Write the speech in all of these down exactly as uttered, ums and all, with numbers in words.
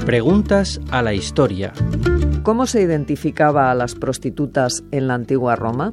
Preguntas a la historia. ¿Cómo se identificaba a las prostitutas en la antigua Roma?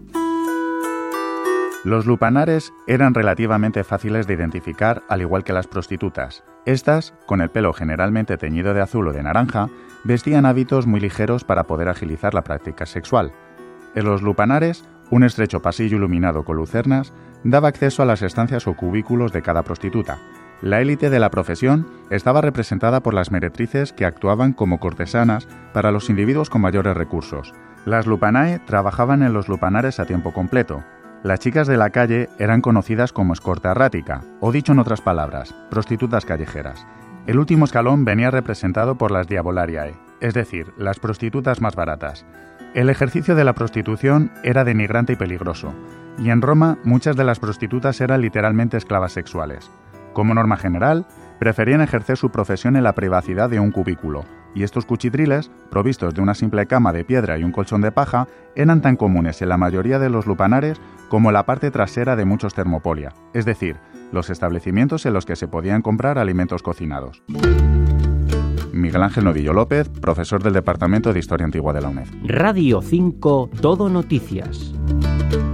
Los lupanares eran relativamente fáciles de identificar, al igual que las prostitutas. Estas, con el pelo generalmente teñido de azul o de naranja, vestían hábitos muy ligeros para poder agilizar la práctica sexual. En los lupanares, un estrecho pasillo iluminado con lucernas daba acceso a las estancias o cubículos de cada prostituta. La élite de la profesión estaba representada por las meretrices, que actuaban como cortesanas para los individuos con mayores recursos. Las lupanae trabajaban en los lupanares a tiempo completo. Las chicas de la calle eran conocidas como escorta errática, o dicho en otras palabras, prostitutas callejeras. El último escalón venía representado por las diabolariae, es decir, las prostitutas más baratas. El ejercicio de la prostitución era denigrante y peligroso, y en Roma muchas de las prostitutas eran literalmente esclavas sexuales. Como norma general, preferían ejercer su profesión en la privacidad de un cubículo, y estos cuchitriles, provistos de una simple cama de piedra y un colchón de paja, eran tan comunes en la mayoría de los lupanares como la parte trasera de muchos termopolia, es decir, los establecimientos en los que se podían comprar alimentos cocinados. Miguel Ángel Novillo López, profesor del Departamento de Historia Antigua de la UNED. Radio cinco, Todo Noticias.